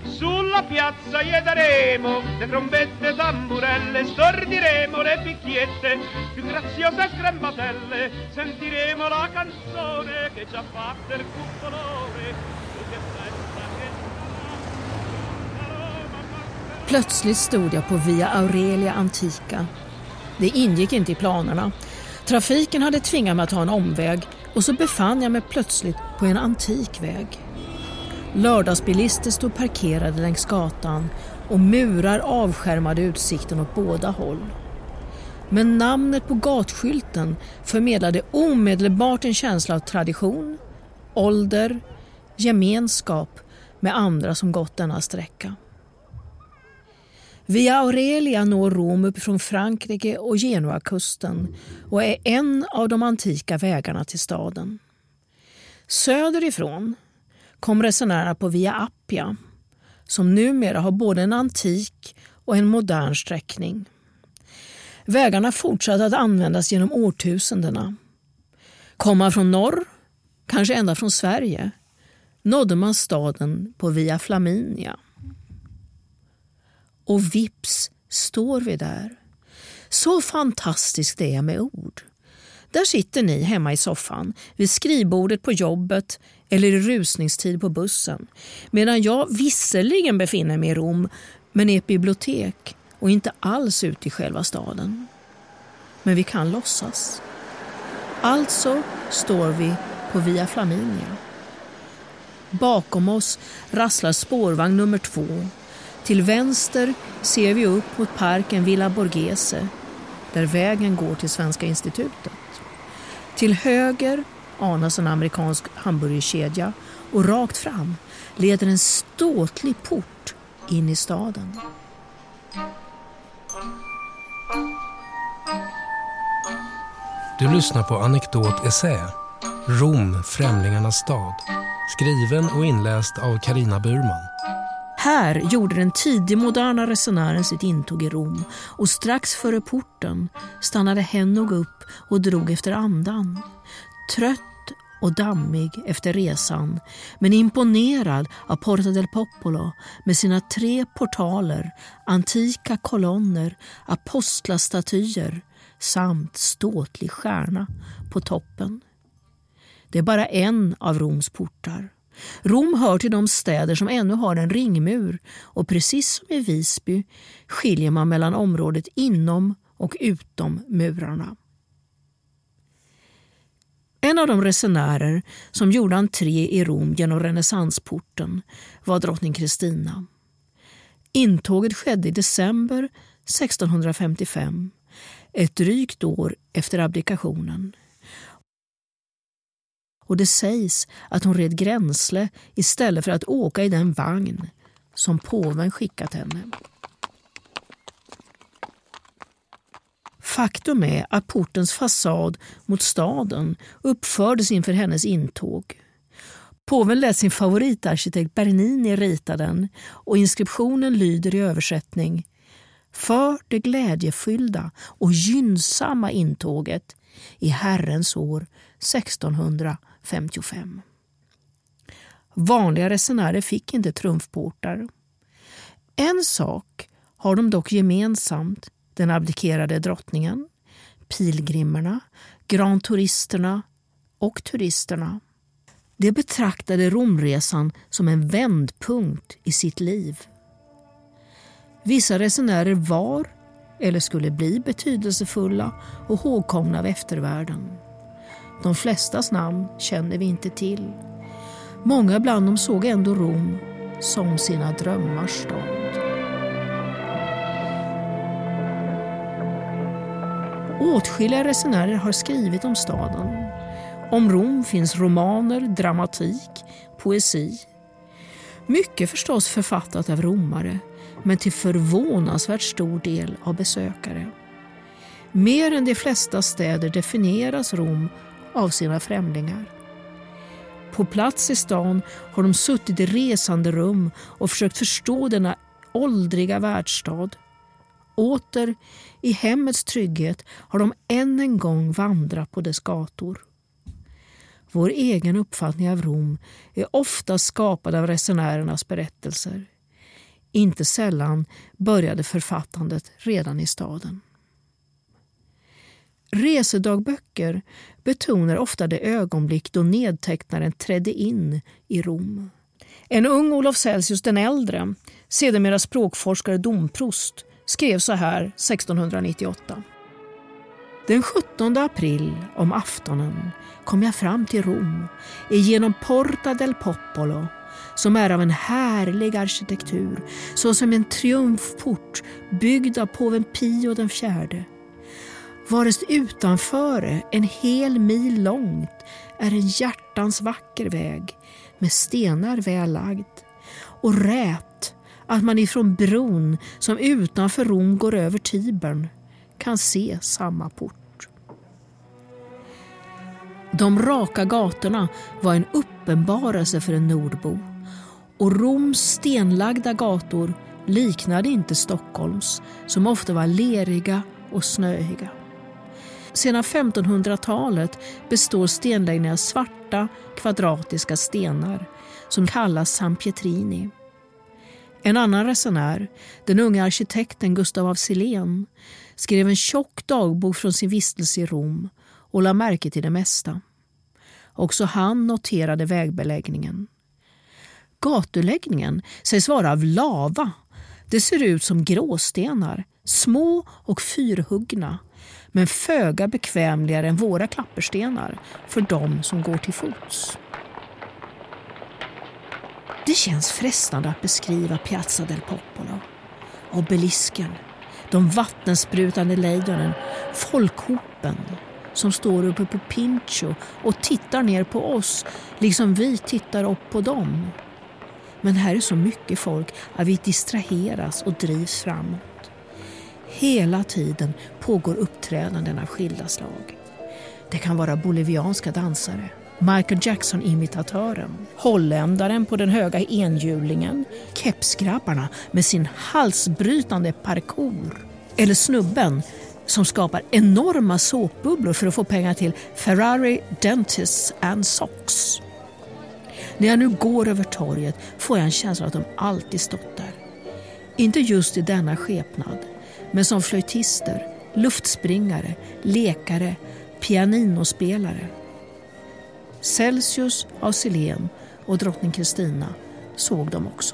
Sulla piazza gli daremo le trombette, tamburelle, stordiremo le picchiette, più graziose scrambatelle, sentiremo la canzone che già batte il cupolone. Plötsligt stod jag på Via Aurelia Antica. Det ingick inte i planerna. Trafiken hade tvingat mig att ta en omväg och så befann jag mig plötsligt på en antik väg. Lördagsbilister stod parkerade längs gatan och murar avskärmade utsikten åt båda håll. Men namnet på gatskylten förmedlade omedelbart en känsla av tradition, ålder, gemenskap med andra som gått denna sträcka. Via Aurelia når Rom uppifrån Frankrike och Genoakusten och är en av de antika vägarna till staden. Söderifrån kom resenärerna på Via Appia, som numera har både en antik och en modern sträckning. Vägarna fortsatte att användas genom årtusendena. Kom man från norr, kanske ända från Sverige, nådde man staden på Via Flaminia. Och vips står vi där. Så fantastiskt det är med ord. Där sitter ni hemma i soffan, vid skrivbordet på jobbet eller i rusningstid på bussen. Medan jag visserligen befinner mig i Rom, men i ett bibliotek och inte alls ute i själva staden. Men vi kan låtsas. Alltså står vi på Via Flaminia. Bakom oss rasslar spårvagn nummer 2. Till vänster ser vi upp mot parken Villa Borghese, där vägen går till Svenska institutet. Till höger anas en amerikansk hamburgerkedja och rakt fram leder en ståtlig port in i staden. Du lyssnar på Anekdot Essä, Rom, främlingarnas stad. Skriven och inläst av Carina Burman. Här gjorde den tidigmoderna resenären sitt intåg i Rom och strax före porten stannade Hennog upp och drog efter andan. Trött och dammig efter resan, men imponerad av Porta del Popolo med sina 3 portaler, antika kolonner, apostlastatyer samt ståtlig stjärna på toppen. Det är bara en av Roms portar. Rom hör till de städer som ännu har en ringmur och precis som i Visby skiljer man mellan området inom och utom murarna. En av de resenärer som gjorde entré i Rom genom renässansporten var drottning Kristina. Intåget skedde i december 1655, ett drygt år efter abdikationen. Och det sägs att hon red gränsle istället för att åka i den vagn som påven skickat henne. Faktum är att portens fasad mot staden uppfördes inför hennes intåg. Påven lät sin favoritarkitekt Bernini rita den och inskriptionen lyder i översättning: för det glädjefyllda och gynnsamma intåget i Herrens år 1655. Vanliga resenärer fick inte trumfportar. En sak har de dock gemensamt: den abdikerade drottningen, pilgrimerna, granturisterna och turisterna. De betraktade Romresan som en vändpunkt i sitt liv. Vissa resenärer var eller skulle bli betydelsefulla och ihågkomna av eftervärlden. De flestas namn känner vi inte till. Många bland dem såg ändå Rom som sina drömmars stad. Åtskilliga resenärer har skrivit om staden. Om Rom finns romaner, dramatik, poesi. Mycket förstås författat av romare, men till förvånansvärt stor del av besökare. Mer än de flesta städer definieras Rom av sina främlingar. På plats i stan har de suttit i resande rum och försökt förstå denna åldriga världsstad. Åter i hemmets trygghet har de än en gång vandrat på dess gator. Vår egen uppfattning av Rom är ofta skapad av resenärernas berättelser. Inte sällan började författandet redan i staden. Resedagböcker betonar ofta det ögonblick då nedtecknaren trädde in i Rom. En ung Olof Celsius den äldre, sedermera språkforskare och domprost, skrev så här 1698. Den 17 april om aftonen kom jag fram till Rom genom Porta del Popolo, som är av en härlig arkitektur, såsom en triumfport byggd av påven Pio den fjärde. Varest utanför en hel mil långt är en hjärtans vacker väg med stenar väl lagd och rät att man ifrån bron som utanför Rom går över Tibern kan se samma port. De raka gatorna var en uppenbarelse för en nordbo, och Roms stenlagda gator liknade inte Stockholms, som ofta var leriga och snöiga. Sedan 1500-talet består stenläggningar av svarta kvadratiska stenar som kallas San Pietrini. En annan resenär, den unga arkitekten Gustav af Sillén, skrev en tjock dagbok från sin vistelse i Rom och la märke till det mesta. Också han noterade vägbeläggningen. Gatuläggningen sägs vara av lava. Det ser ut som gråstenar, små och fyrhuggna, men föga bekvämligare än våra klapperstenar för dem som går till fots. Det känns frestande att beskriva Piazza del Popolo, obelisken, de vattensprutande lejonen, folkhopen som står uppe på Pincho och tittar ner på oss liksom vi tittar upp på dem. Men här är så mycket folk att vi distraheras och drivs framåt. Hela tiden pågår uppträdanden av skilda slag. Det kan vara bolivianska dansare, Michael Jackson-imitatören, holländaren på den höga enhjulingen, kepsgrabbarna med sin halsbrytande parkour, eller snubben som skapar enorma såpbubblor för att få pengar till Ferrari Dentists and Socks. När jag nu går över torget får jag en känsla att de alltid stått där. Inte just i denna skepnad, men som flöjtister, luftspringare, lekare, pianinospelare. Celsius, af Sillén och drottning Kristina såg dem också.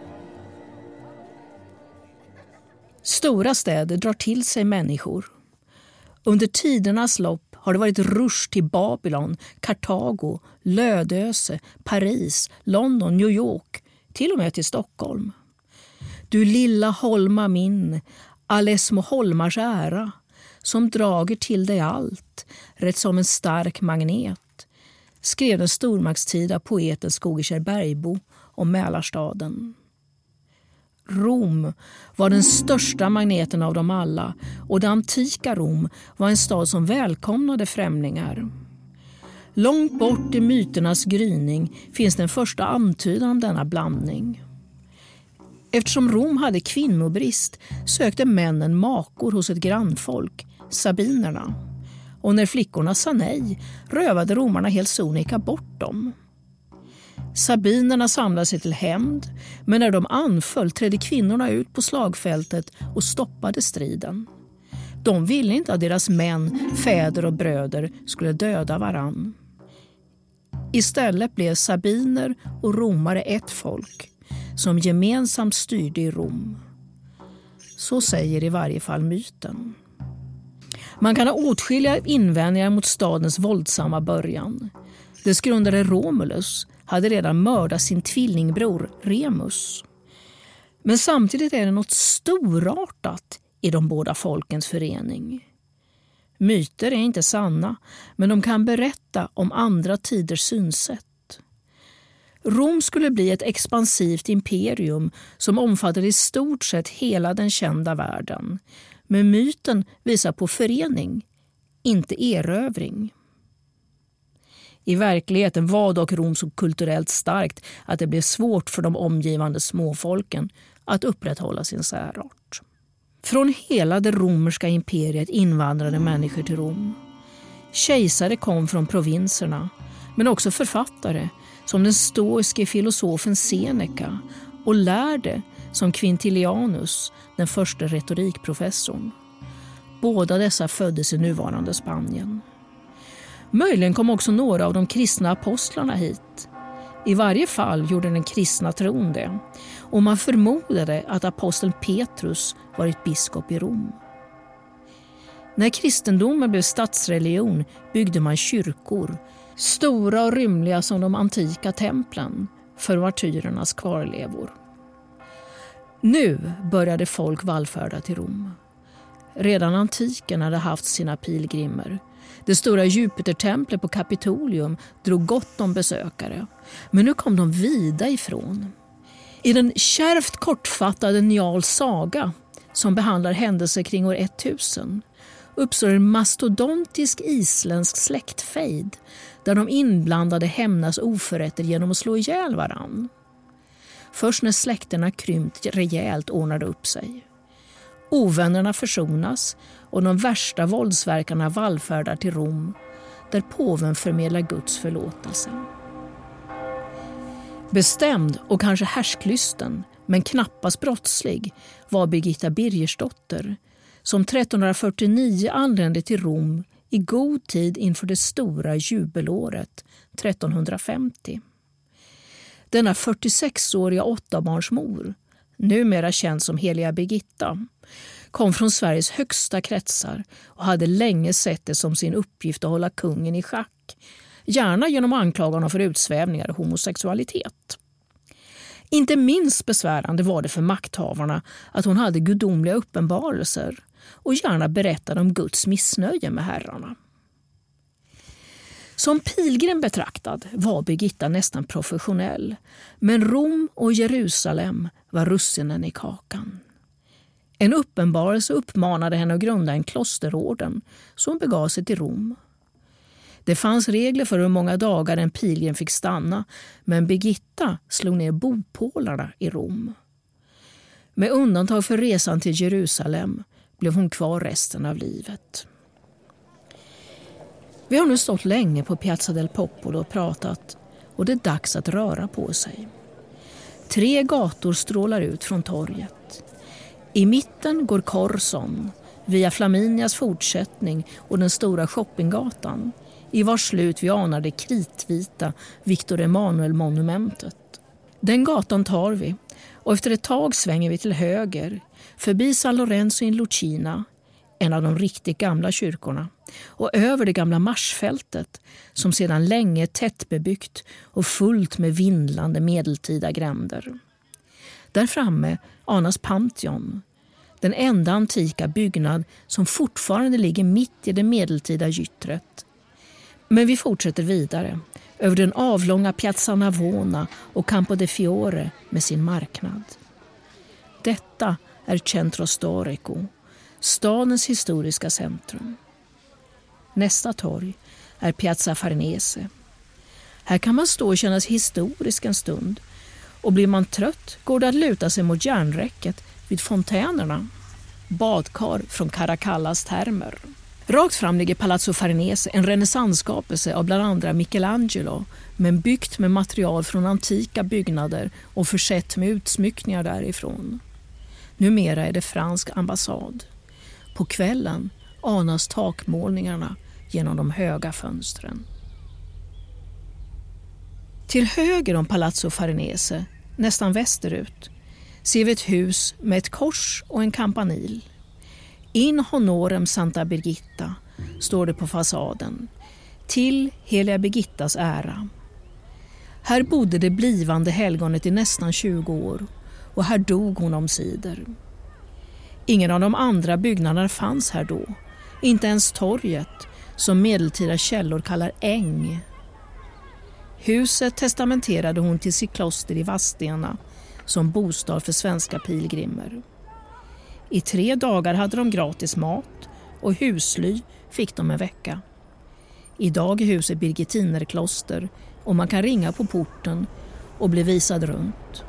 Stora städer drar till sig människor. Under tidernas lopp har det varit rush till Babylon, Kartago, Lödöse, Paris, London, New York, till och med till Stockholm. Du lilla holma min, alle små holmars ära, som drager till dig allt, rätt som en stark magnet, skrev den stormaktstida poeten Skogekär Bergbo om Mälarstaden. Rom var den största magneten av dem alla, och det antika Rom var en stad som välkomnade främlingar. Långt bort i myternas gryning finns den första antydan om denna blandning. Eftersom Rom hade kvinnobrist sökte männen makor hos ett grannfolk, sabinerna. Och när flickorna sa nej rövade romarna helt sonika bort dem. Sabinerna samlade sig till hämnd, men när de anföll trädde kvinnorna ut på slagfältet och stoppade striden. De ville inte att deras män, fäder och bröder skulle döda varann. Istället blev sabiner och romare ett folk som gemensamt styrde i Rom. Så säger i varje fall myten. Man kan ha åtskilliga invändningar mot stadens våldsamma början. Dess grundare Romulus hade redan mördat sin tvillingbror Remus. Men samtidigt är det något storartat i de båda folkens förening. Myter är inte sanna, men de kan berätta om andra tiders synsätt. Rom skulle bli ett expansivt imperium som omfattade i stort sett hela den kända världen. Men myten visar på förening, inte erövring. I verkligheten var dock Rom så kulturellt starkt att det blev svårt för de omgivande småfolken att upprätthålla sin särart. Från hela det romerska imperiet invandrade människor till Rom. Kejsare kom från provinserna, men också författare som den stoiske filosofen Seneca och lärde som Quintilianus, den första retorikprofessorn. Båda dessa föddes i nuvarande Spanien. Möjligen kom också några av de kristna apostlarna hit. I varje fall gjorde den kristna tron det, och man förmodade att aposteln Petrus varit biskop i Rom. När kristendomen blev statsreligion byggde man kyrkor, stora och rymliga som de antika templen, för martyrernas kvarlevor. Nu började folk vallfärda till Rom. Redan antiken hade haft sina pilgrimer. Det stora Jupitertemplet på Kapitolium drog gott om besökare. Men nu kom de vida ifrån. I den kärvt kortfattade Njals saga, som behandlar händelser kring år 1000, uppstår en mastodontisk isländsk släktfejd där de inblandade hämnas oförrätter genom att slå ihjäl varann. Först när släkterna krympt rejält ordnar det upp sig. Ovännerna försonas och de värsta våldsverkarna vallfärdar till Rom, där påven förmedlar Guds förlåtelse. Bestämd och kanske härsklysten, men knappast brottslig, var Birgitta Birgersdotter, som 1349 anlände till Rom i god tid inför det stora jubelåret 1350. Denna 46-åriga 8-barnsmor, numera känd som heliga Birgitta, kom från Sveriges högsta kretsar och hade länge sett det som sin uppgift att hålla kungen i schack, gärna genom att anklaga honom för utsvävningar och homosexualitet. Inte minst besvärande var det för makthavarna att hon hade gudomliga uppenbarelser och gärna berättade om Guds missnöje med herrarna. Som pilgrim betraktad var Birgitta nästan professionell, men Rom och Jerusalem var russinen i kakan. En uppenbarelse uppmanade henne att grunda en klosterorden, så hon begav sig till Rom. Det fanns regler för hur många dagar en pilgrim fick stanna, men Birgitta slog ner bopålarna i Rom. Med undantag för resan till Jerusalem blev hon kvar resten av livet. Vi har nu stått länge på Piazza del Popolo och pratat, och det är dags att röra på sig. 3 gator strålar ut från torget. I mitten går Corson, via Flaminias fortsättning och den stora shoppinggatan, i vars slut vi anar det kritvita Victor Emanuel-monumentet. Den gatan tar vi, och efter ett tag svänger vi till höger, förbi San Lorenzo in Lucina, en av de riktigt gamla kyrkorna, och över det gamla marsfältet som sedan länge är tättbebyggt och fullt med vindlande medeltida gränder. Där framme anas Pantheon, den enda antika byggnad som fortfarande ligger mitt i det medeltida gyttret. Men vi fortsätter vidare, över den avlånga Piazza Navona och Campo de Fiore med sin marknad. Detta är Centro Storico, stadens historiska centrum. Nästa torg är Piazza Farnese. Här kan man stå och kännas historisk en stund, och blir man trött går det att luta sig mot järnräcket vid fontänerna. Badkar från Caracallas termer. Rakt fram ligger Palazzo Farnese, en renässansskapelse av bland andra Michelangelo, men byggt med material från antika byggnader och försett med utsmyckningar därifrån. Numera är det fransk ambassad. På kvällen anas takmålningarna genom de höga fönstren. Till höger om Palazzo Farnese, nästan västerut, ser vi ett hus med ett kors och en campanil. In honorem Santa Birgitta står det på fasaden, till heliga Birgittas ära. Här bodde det blivande helgonet i nästan 20 år, och här dog hon omsider. Ingen av de andra byggnaderna fanns här då, inte ens torget, som medeltida källor kallar äng. Huset testamenterade hon till sitt kloster i Vadstena som bostad för svenska pilgrimer. I 3 dagar hade de gratis mat, och husly fick de en vecka. Idag är huset Birgittinerkloster, och man kan ringa på porten och bli visad runt.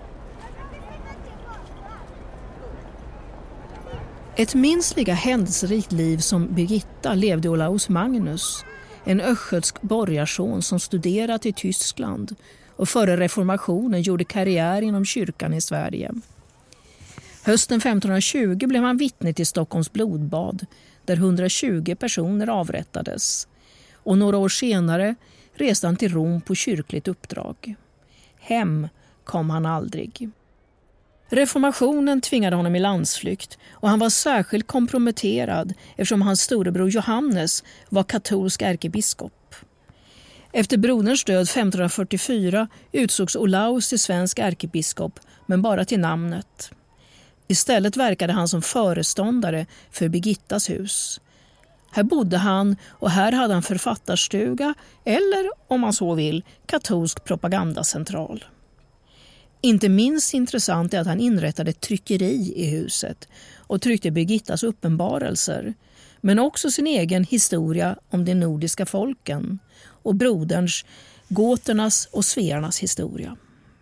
Ett minst lika händelserikt liv som Birgitta levde Olaus Magnus, en östgötsk borgarson som studerat i Tyskland och före reformationen gjorde karriär inom kyrkan i Sverige. Hösten 1520 blev han vittne till Stockholms blodbad där 120 personer avrättades. Och några år senare reste han till Rom på kyrkligt uppdrag. Hem kom han aldrig. Reformationen tvingade honom i landsflykt och han var särskilt komprometterad eftersom hans storebror Johannes var katolsk ärkebiskop. Efter broderns död 1544 utsågs Olaus till svensk ärkebiskop, men bara till namnet. Istället verkade han som föreståndare för Birgittas hus. Här bodde han och här hade han författarstuga eller, om man så vill, katolsk propagandacentral. Inte minst intressant är att han inrättade ett tryckeri i huset och tryckte Birgittas uppenbarelser, men också sin egen historia om de nordiska folken och broderns, goternas och svearnas historia.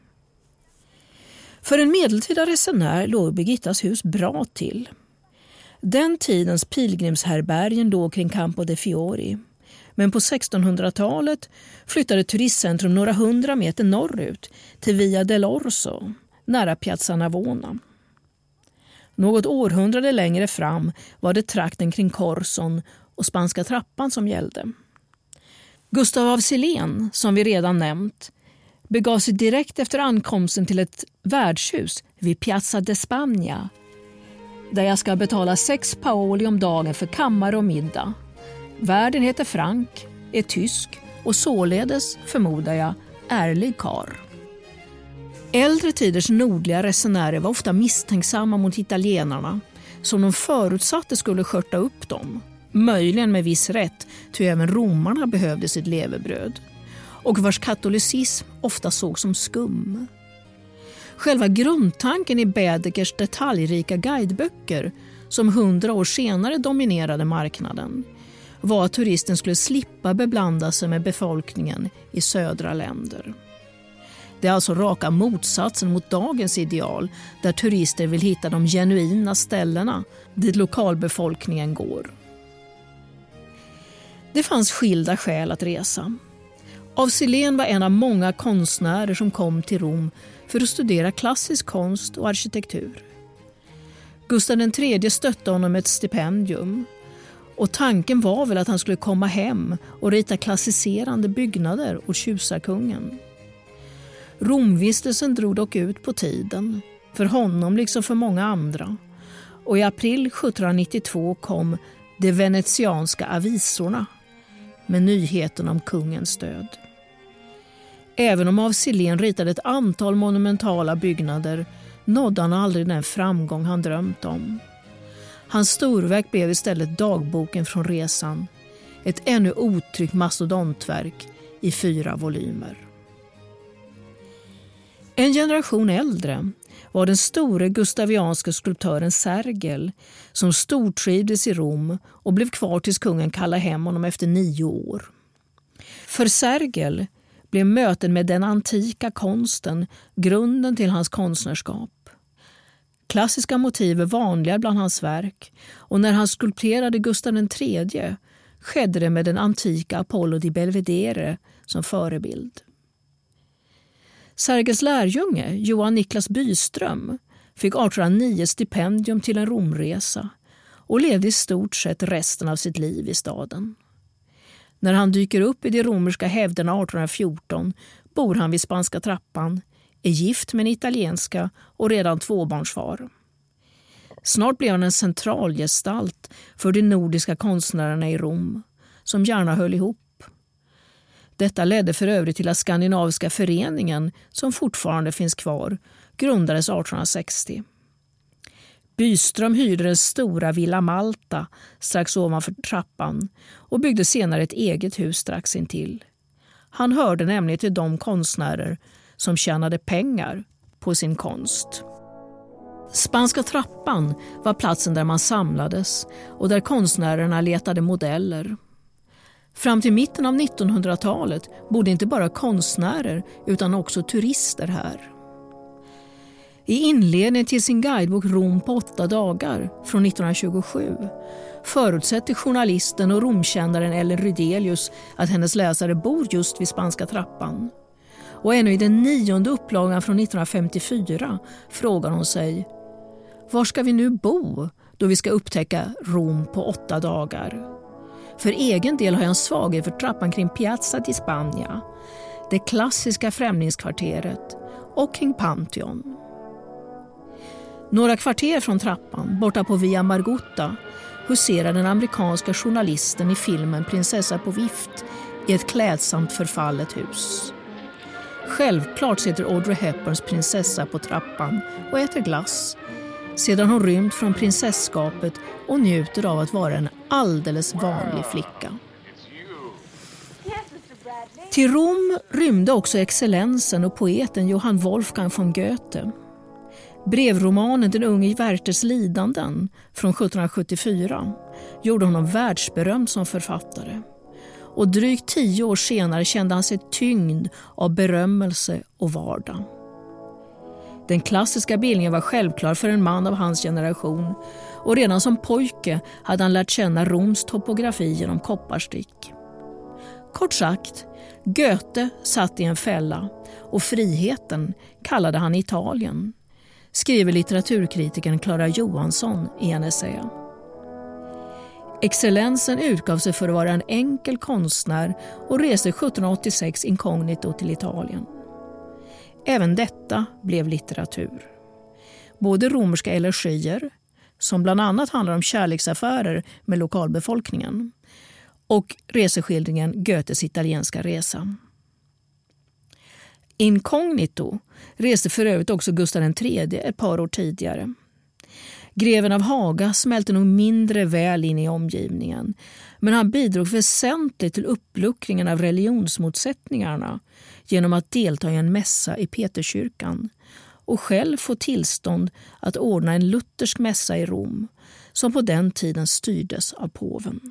För en medeltida resenär låg Birgittas hus bra till. Den tidens pilgrimshärbärgen låg kring Campo de Fiori. Men på 1600-talet flyttade turistcentrum några 100 meter norrut till Via dell'Orso, nära Piazza Navona. Något århundrade längre fram var det trakten kring Korson och Spanska trappan som gällde. Gustav af Sillén, som vi redan nämnt, begav sig direkt efter ankomsten till ett värdshus vid Piazza de Spagna, där jag ska betala 6 paoli om dagen för kammare och middag. Värden heter Frank, är tysk och således, förmodar jag, ärlig karl. Äldre tiders nordliga resenärer var ofta misstänksamma mot italienarna som de förutsatte skulle skörta upp dem. Möjligen med viss rätt, ty även romarna behövde sitt levebröd. Och vars katolicism ofta såg som skum. Själva grundtanken i Baedekers detaljrika guideböcker, som 100 år senare dominerade marknaden, var att turisten skulle slippa beblanda sig med befolkningen i södra länder. Det är alltså raka motsatsen mot dagens ideal, där turister vill hitta de genuina ställena dit lokalbefolkningen går. Det fanns skilda skäl att resa. Af Sillén var en av många konstnärer som kom till Rom för att studera klassisk konst och arkitektur. Gustav III stötte honom med ett stipendium. Och tanken var väl att han skulle komma hem och rita klassiserande byggnader åt tjusarkungen. Romvistelsen drog dock ut på tiden, för honom liksom för många andra. Och i april 1792 kom de venetianska avisorna med nyheten om kungens död. Även om af Sillén ritade ett antal monumentala byggnader nådde han aldrig den framgång han drömt om. Hans storverk blev istället dagboken från resan, ett ännu otryckt mastodontverk i 4 volymer. En generation äldre var den store gustavianske skulptören Sergel, som stortrivdes i Rom och blev kvar tills kungen kallade hem honom efter 9 år. För Sergel blev möten med den antika konsten grunden till hans konstnärskap. Klassiska motiv är vanliga bland hans verk, och när han skulpterade Gustav III skedde det med den antika Apollo di Belvedere som förebild. Sergels lärjunge, Johan Niklas Byström, fick 1809 stipendium till en Romresa och levde i stort sett resten av sitt liv i staden. När han dyker upp i de romerska hävderna 1814 bor han vid Spanska trappan, är gift med en italienska och redan 2-barnsfar. Snart blev han en centralgestalt för de nordiska konstnärerna i Rom, som gärna höll ihop. Detta ledde för övrigt till att Skandinaviska föreningen, som fortfarande finns kvar, grundades 1860. Byström hyrde den stora Villa Malta strax ovanför trappan och byggde senare ett eget hus strax intill. Han hörde nämligen till de konstnärer som tjänade pengar på sin konst. Spanska trappan var platsen där man samlades och där konstnärerna letade modeller. Fram till mitten av 1900-talet bodde inte bara konstnärer utan också turister här. I inledningen till sin guidebok Rom på 8 dagar från 1927 förutsätter journalisten och romkännaren Ellen Rydelius att hennes läsare bor just vid Spanska trappan. Och ännu i den 9:e upplagan från 1954 frågar hon sig: Var ska vi nu bo då vi ska upptäcka Rom på 8 dagar? För egen del har jag en svaghet för trappan kring Piazza di Spagna, det klassiska främlingskvarteret, och kring Pantheon. Några kvarter från trappan, borta på Via Margutta, huserar den amerikanska journalisten i filmen Prinsessa på vift i ett klädsamt förfallet hus. Självklart sitter Audrey Hepburns prinsessa på trappan och äter glass, sedan hon rymt från prinsesskapet och njuter av att vara en alldeles vanlig flicka. Till Rom rymde också excellensen och poeten Johann Wolfgang von Goethe. Brevromanen Den unge Werthers lidanden från 1774 gjorde honom världsberömd som författare. Och drygt 10 år senare kände han sig tyngd av berömmelse och vardag. Den klassiska bildningen var självklar för en man av hans generation, och redan som pojke hade han lärt känna Roms topografi genom kopparstick. Kort sagt, Goethe satt i en fälla, och friheten kallade han Italien, skriver litteraturkritikern Clara Johansson i en essä. Excellensen utgav sig för att vara en enkel konstnär och reste 1786 inkognito till Italien. Även detta blev litteratur. Både romerska elegier, som bland annat handlar om kärleksaffärer med lokalbefolkningen, och reseskildringen Goethes italienska resa. Inkognito reste för övrigt också Gustav III ett par år tidigare. Greven av Haga smälte nog mindre väl in i omgivningen, men han bidrog väsentligt till uppluckringen av religionsmotsättningarna genom att delta i en mässa i Peterskyrkan och själv få tillstånd att ordna en luthersk mässa i Rom som på den tiden styrdes av påven.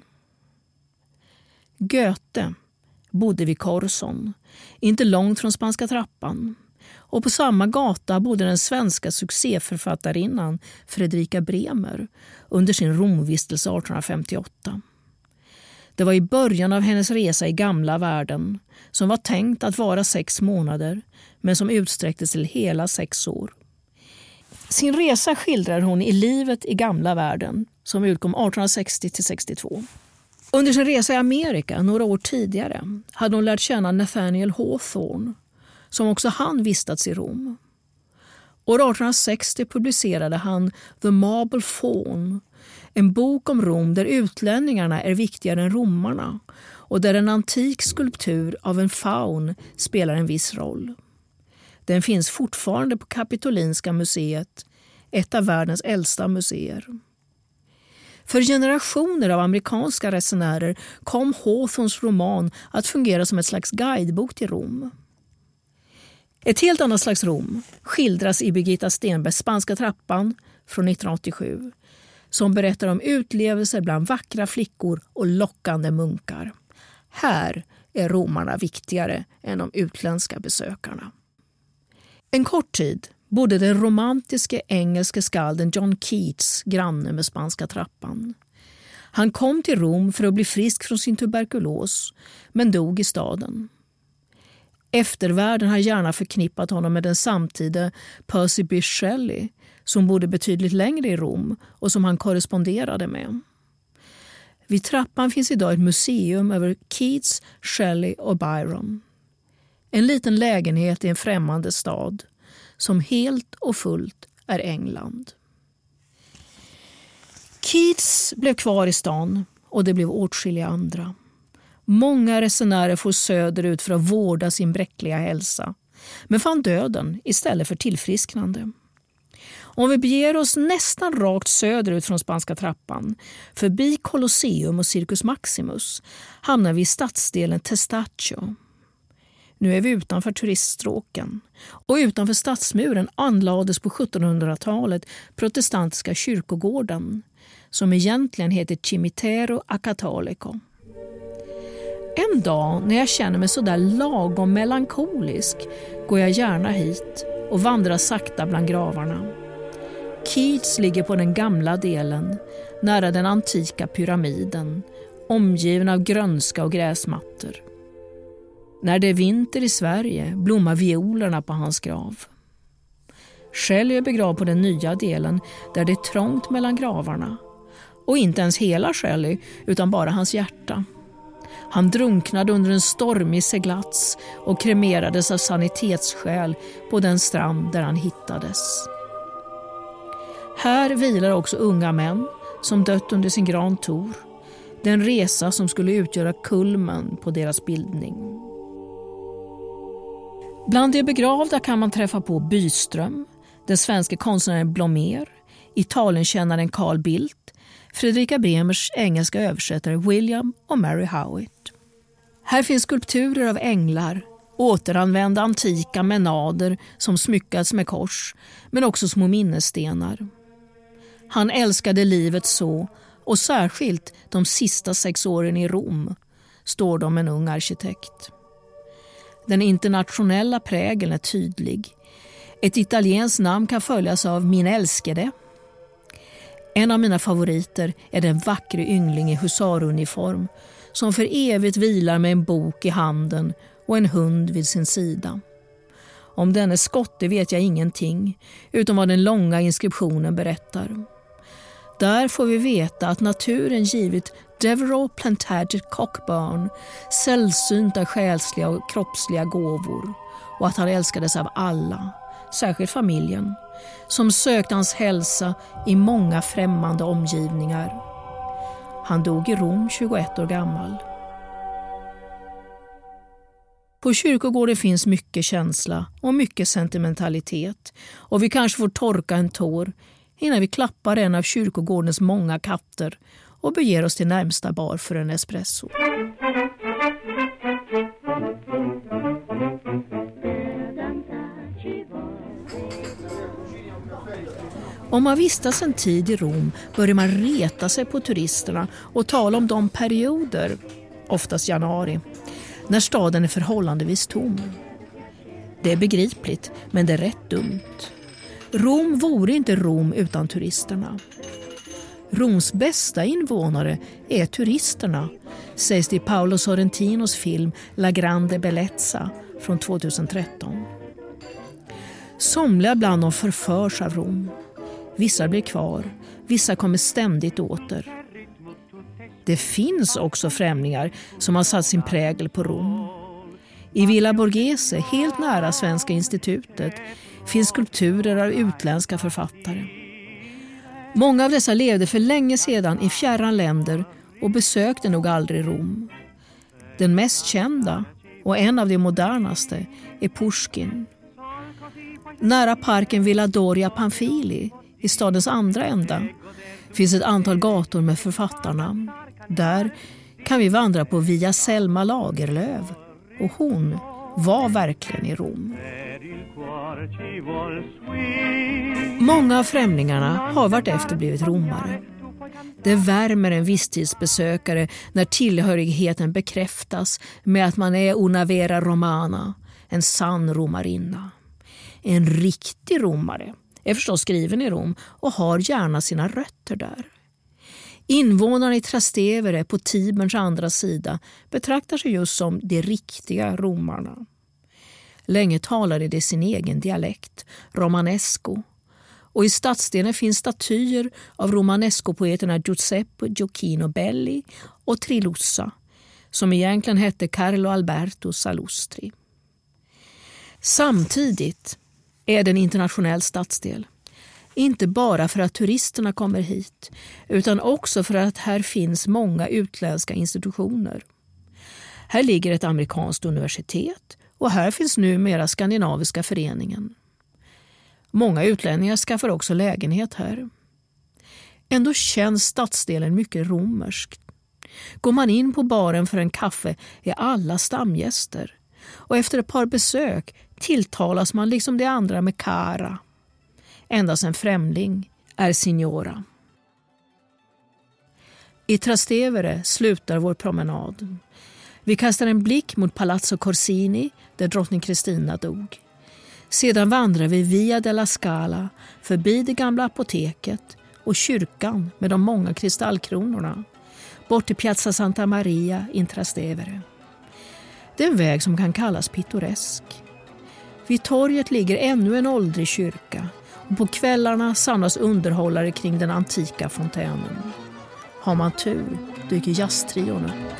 Goethe bodde vid Korson, inte långt från Spanska trappan, och på samma gata bodde den svenska succéförfattarinnan Fredrika Bremer under sin Romvistelse 1858. Det var i början av hennes resa i gamla världen, som var tänkt att vara 6 månader men som utsträcktes till hela 6 år. Sin resa skildrar hon i Livet i gamla världen, som utkom 1860-62. Under sin resa i Amerika några år tidigare hade hon lärt känna Nathaniel Hawthorne, som också han vistats i Rom. År 1860 publicerade han The Marble Faun, en bok om Rom där utlänningarna är viktigare än romarna och där en antik skulptur av en faun spelar en viss roll. Den finns fortfarande på Kapitolinska museet, ett av världens äldsta museer. För generationer av amerikanska resenärer kom Hawthorns roman att fungera som ett slags guidebok till Rom. Ett helt annat slags Rom skildras i Birgitta Stenbergs Spanska trappan från 1987, som berättar om utlevelser bland vackra flickor och lockande munkar. Här är romarna viktigare än de utländska besökarna. En kort tid bodde den romantiska engelske skalden John Keats granne med Spanska trappan. Han kom till Rom för att bli frisk från sin tuberkulos, men dog i staden. Eftervärlden har gärna förknippat honom med den samtida Percy Bysshe Shelley, som bodde betydligt längre i Rom och som han korresponderade med. Vid trappan finns idag ett museum över Keats, Shelley och Byron. En liten lägenhet i en främmande stad som helt och fullt är England. Keats blev kvar i stan och det blev åtskilliga andra. Många resenärer får söderut för att vårda sin bräckliga hälsa, men fann döden istället för tillfrisknande. Om vi beger oss nästan rakt söderut från Spanska trappan, förbi Colosseum och Circus Maximus, hamnar vi i stadsdelen Testaccio. Nu är vi utanför turiststråken, och utanför stadsmuren anlades på 1700-talet protestantiska kyrkogården, som egentligen heter Cimitero a Cattolico. En dag när jag känner mig sådär lagom melankolisk går jag gärna hit och vandrar sakta bland gravarna. Keats ligger på den gamla delen, nära den antika pyramiden, omgiven av grönska och gräsmattor. När det är vinter i Sverige blommar violerna på hans grav. Shelley är begravd på den nya delen där det är trångt mellan gravarna. Och inte ens hela Shelley utan bara hans hjärta. Han drunknade under en stormig seglats och kremerades av sanitetsskäl på den strand där han hittades. Här vilar också unga män som dött under sin Grand Tour. Den resa som skulle utgöra kulmen på deras bildning. Bland de begravda kan man träffa på Byström, den svenska konstnären Blomér, Italienkännaren Carl Bildt, Fredrika Bremers engelska översättare William och Mary Howitt. Här finns skulpturer av änglar, återanvända antika menader som smyckats med kors, men också små minnesstenar. Han älskade livet så, och särskilt de sista 6 åren i Rom, står det om en ung arkitekt. Den internationella prägeln är tydlig. Ett italienskt namn kan följas av min älskade. En av mina favoriter är den vackre yngling i husaruniform som för evigt vilar med en bok i handen och en hund vid sin sida. Om denne skotte vet jag ingenting, utom vad den långa inskriptionen berättar. Där får vi veta att naturen givit Devereux Plantagenet Cockburn sällsynta själsliga och kroppsliga gåvor och att han älskades av alla, särskilt familjen, som sökte hans hälsa i många främmande omgivningar. Han dog i Rom 21 år gammal. På kyrkogården finns mycket känsla och mycket sentimentalitet, och vi kanske får torka en tår innan vi klappar en av kyrkogårdens många katter och beger oss till närmsta bar för en espresso. Om man vistas en tid i Rom börjar man reta sig på turisterna och tala om de perioder, oftast januari, när staden är förhållandevis tom. Det är begripligt, men det är rätt dumt. Rom vore inte Rom utan turisterna. Roms bästa invånare är turisterna, sägs det i Paolo Sorrentinos film La Grande Bellezza från 2013. Somliga bland dem förförs av Rom. Vissa blir kvar, vissa kommer ständigt åter. Det finns också främlingar som har satt sin prägel på Rom. I Villa Borghese, helt nära Svenska institutet, finns skulpturer av utländska författare. Många av dessa levde för länge sedan i fjärran länder och besökte nog aldrig Rom. Den mest kända och en av de modernaste är Pushkin. Nära parken Villa Doria Pamphili, i stadens andra ända, finns ett antal gator med författarnamn. Där kan vi vandra på via Selma Lagerlöf, och hon var verkligen i Rom. Många av främlingarna har varit efter blivit romare. Det värmer en visstidsbesökare när tillhörigheten bekräftas med att man är una vera romana, en sann romarinna. En riktig romare är förstås skriven i Rom och har gärna sina rötter där. Invånarna i Trastevere på Tiberns andra sida betraktar sig just som de riktiga romarna. Länge talade de sin egen dialekt, romanesco. Och i stadsdelen finns statyer av romanesco-poeterna Giuseppe Gioacchino Belli och Trilussa, som egentligen hette Carlo Alberto Salustri. Samtidigt är det en internationell stadsdel. Inte bara för att turisterna kommer hit, utan också för att här finns många utländska institutioner. Här ligger ett amerikanskt universitet och här finns numera Skandinaviska föreningen. Många utlänningar skaffar också lägenhet här. Ändå känns stadsdelen mycket romersk. Går man in på baren för en kaffe är alla stamgäster. Och efter ett par besök tilltalas man liksom de andra med cara. Endast en främling är signora. I Trastevere slutar vår promenad. Vi kastar en blick mot Palazzo Corsini där drottning Kristina dog. Sedan vandrar vi via della Scala förbi det gamla apoteket och kyrkan med de många kristallkronorna bort till Piazza Santa Maria in Trastevere. Det är en väg som kan kallas pittoresk. Vid torget ligger ännu en åldrig kyrka Och på kvällarna samlas underhållare kring den antika fontänen. Har man tur dyker jazztrion upp.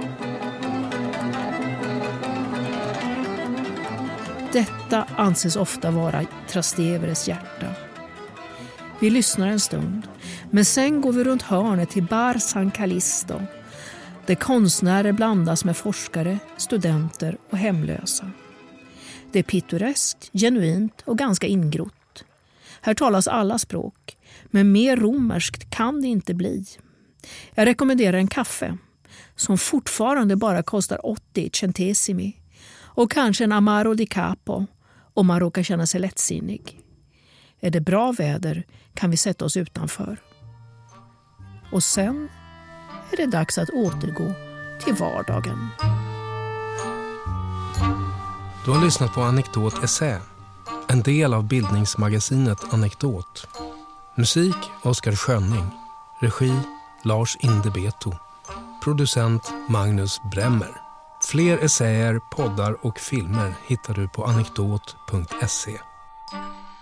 Detta anses ofta vara Trasteveres hjärta. Vi lyssnar en stund, men sen går vi runt hörnet till Bar San Callisto, där konstnärer blandas med forskare, studenter och hemlösa. Det är pittoreskt, genuint och ganska ingrott. Här talas alla språk, men mer romerskt kan det inte bli. Jag rekommenderar en kaffe, som fortfarande bara kostar 80 centesimi, och kanske en Amaro di Capo om man råkar känna sig lättsinnig. Är det bra väder kan vi sätta oss utanför. Och sen är det dags att återgå till vardagen. Du har lyssnat på Anekdot Essä, en del av bildningsmagasinet Anekdot. Musik Oskar Schönning, regi Lars Indebeto, producent Magnus Bremmer. Fler essäer, poddar och filmer hittar du på anekdot.se.